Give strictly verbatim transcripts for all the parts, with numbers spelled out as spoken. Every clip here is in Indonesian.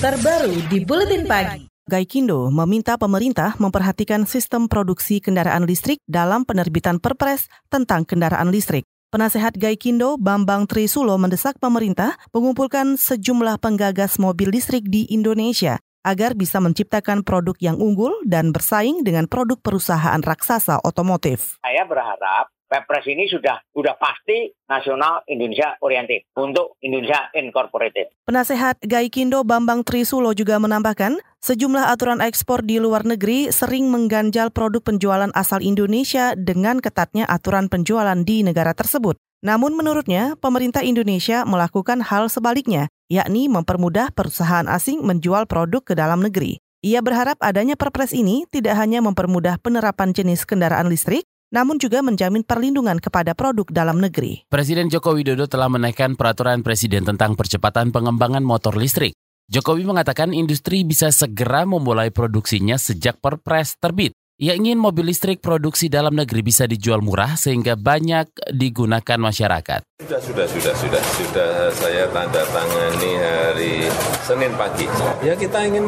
terbaru di Buletin Pagi. Gaikindo meminta pemerintah memperhatikan sistem produksi kendaraan listrik dalam penerbitan Perpres tentang kendaraan listrik. Penasehat Gaikindo Bambang Trisulo mendesak pemerintah mengumpulkan sejumlah penggagas mobil listrik di Indonesia agar bisa menciptakan produk yang unggul dan bersaing dengan produk perusahaan raksasa otomotif. Saya berharap Perpres ini sudah sudah pasti nasional Indonesia oriented untuk Indonesia Incorporated. Penasehat Gaikindo Bambang Trisulo juga menambahkan, sejumlah aturan ekspor di luar negeri sering mengganjal produk penjualan asal Indonesia dengan ketatnya aturan penjualan di negara tersebut. Namun menurutnya, pemerintah Indonesia melakukan hal sebaliknya, yakni mempermudah perusahaan asing menjual produk ke dalam negeri. Ia berharap adanya Perpres ini tidak hanya mempermudah penerapan jenis kendaraan listrik, namun juga menjamin perlindungan kepada produk dalam negeri. Presiden Joko Widodo telah menaikkan peraturan presiden tentang percepatan pengembangan motor listrik. Jokowi mengatakan industri bisa segera memulai produksinya sejak Perpres terbit. Ia ingin mobil listrik produksi dalam negeri bisa dijual murah sehingga banyak digunakan masyarakat. Sudah, sudah, sudah, sudah, sudah saya tanda tangani hari Senin pagi. Ya kita ingin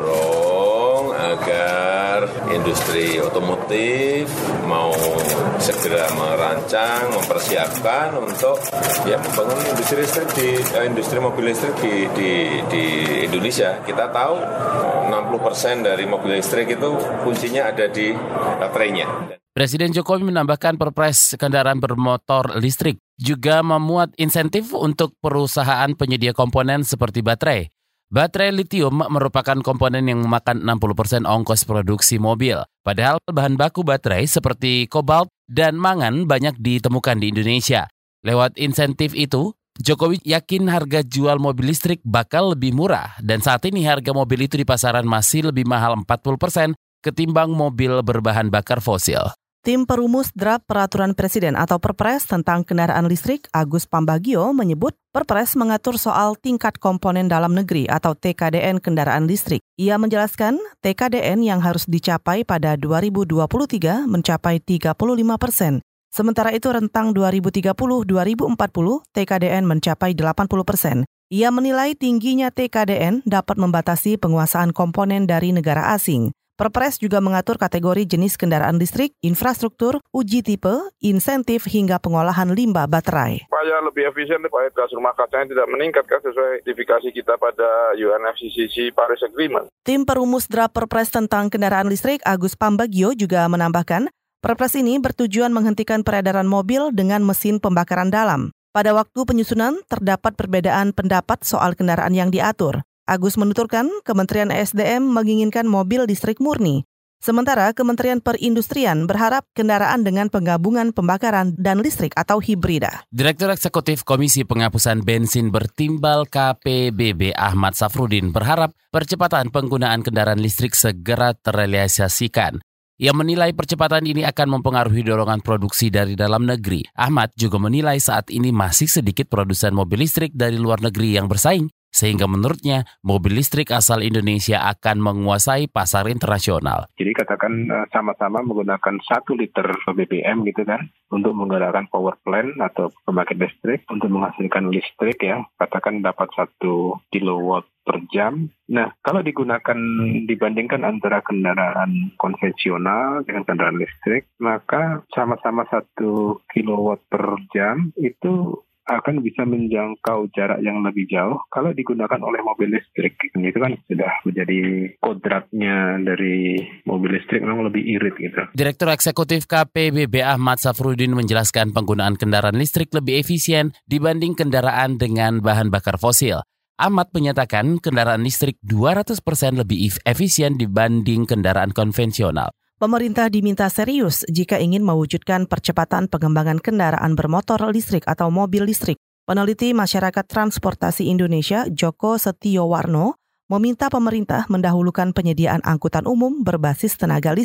mendorong agar industri otomotif mau segera merancang, mempersiapkan untuk ya membangun industri listrik di eh, industri mobil listrik di, di di Indonesia. Kita tahu enam puluh persen dari mobil listrik itu kuncinya ada di baterainya. Presiden Jokowi menambahkan Perpres kendaraan bermotor listrik juga memuat insentif untuk perusahaan penyedia komponen seperti baterai. Baterai litium merupakan komponen yang memakan enam puluh persen ongkos produksi mobil. Padahal bahan baku baterai seperti kobalt dan mangan banyak ditemukan di Indonesia. Lewat insentif itu, Jokowi yakin harga jual mobil listrik bakal lebih murah. Dan saat ini harga mobil itu di pasaran masih lebih mahal empat puluh persen ketimbang mobil berbahan bakar fosil. Tim perumus draft peraturan presiden atau Perpres tentang kendaraan listrik Agus Pambagio menyebut Perpres mengatur soal tingkat komponen dalam negeri atau T K D N kendaraan listrik. Ia menjelaskan T K D N yang harus dicapai pada dua ribu dua puluh tiga mencapai tiga puluh lima persen. Sementara itu rentang dua ribu tiga puluh sampai dua ribu empat puluh T K D N mencapai delapan puluh persen. Ia menilai tingginya T K D N dapat membatasi penguasaan komponen dari negara asing. Perpres juga mengatur kategori jenis kendaraan listrik, infrastruktur, uji tipe, insentif hingga pengolahan limbah baterai. Supaya lebih efisien, supaya gas rumah kacanya tidak meningkat kan sesuai sertifikasi kita pada U N F C C C Paris Agreement. Tim perumus draft Perpres tentang kendaraan listrik Agus Pambagio juga menambahkan, Perpres ini bertujuan menghentikan peredaran mobil dengan mesin pembakaran dalam. Pada waktu penyusunan, terdapat perbedaan pendapat soal kendaraan yang diatur. Agus menuturkan Kementerian S D M menginginkan mobil listrik murni. Sementara Kementerian Perindustrian berharap kendaraan dengan penggabungan pembakaran dan listrik atau hibrida. Direktur Eksekutif Komisi Penghapusan Bensin Bertimbal K P B B Ahmad Safrudin berharap percepatan penggunaan kendaraan listrik segera terrealisasikan. Ia menilai percepatan ini akan mempengaruhi dorongan produksi dari dalam negeri. Ahmad juga menilai saat ini masih sedikit produsen mobil listrik dari luar negeri yang bersaing, sehingga menurutnya mobil listrik asal Indonesia akan menguasai pasar internasional. Jadi katakan sama-sama menggunakan satu liter B B M gitu kan, untuk menggerakkan power plant atau pembangkit listrik, untuk menghasilkan listrik ya, katakan dapat satu kilowatt per jam. Nah, kalau digunakan, dibandingkan antara kendaraan konvensional dengan kendaraan listrik, maka sama-sama satu kilowatt per jam itu akan bisa menjangkau jarak yang lebih jauh kalau digunakan oleh mobil listrik. Itu kan sudah menjadi kodratnya dari mobil listrik, memang lebih irit gitu. Direktur Eksekutif K P B B Ahmad Safrudin menjelaskan penggunaan kendaraan listrik lebih efisien dibanding kendaraan dengan bahan bakar fosil. Ahmad menyatakan kendaraan listrik dua ratus persen lebih efisien dibanding kendaraan konvensional. Pemerintah diminta serius jika ingin mewujudkan percepatan pengembangan kendaraan bermotor listrik atau mobil listrik. Peneliti Masyarakat Transportasi Indonesia Joko Setiowarno meminta pemerintah mendahulukan penyediaan angkutan umum berbasis tenaga listrik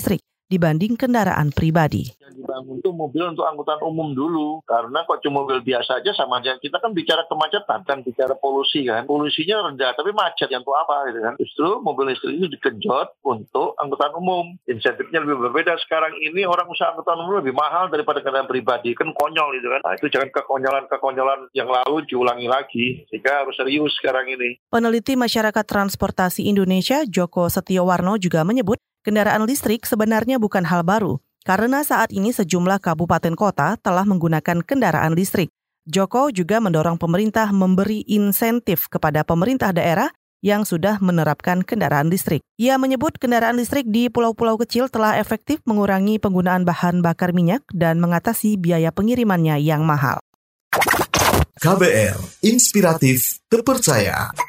dibanding kendaraan pribadi. Yang dibangun itu mobil untuk angkutan umum dulu, karena kok cuma mobil biasa aja sama aja. Kita kan bicara kemacetan, kan bicara polusi kan. Polusinya rendah, tapi macet yang untuk apa gitu kan. Justru mobil listrik itu digenjot untuk angkutan umum. Insentifnya lebih berbeda. Sekarang ini orang usaha angkutan umum lebih mahal daripada kendaraan pribadi. Kan konyol itu kan. Nah itu jangan kekonyolan-kekonyolan yang lalu diulangi lagi. Sehingga harus serius sekarang ini. Peneliti Masyarakat Transportasi Indonesia, Joko Setiowarno juga menyebut kendaraan listrik sebenarnya bukan hal baru, karena saat ini sejumlah kabupaten kota telah menggunakan kendaraan listrik. Joko juga mendorong pemerintah memberi insentif kepada pemerintah daerah yang sudah menerapkan kendaraan listrik. Ia menyebut kendaraan listrik di pulau-pulau kecil telah efektif mengurangi penggunaan bahan bakar minyak dan mengatasi biaya pengirimannya yang mahal. K B R, inspiratif, terpercaya.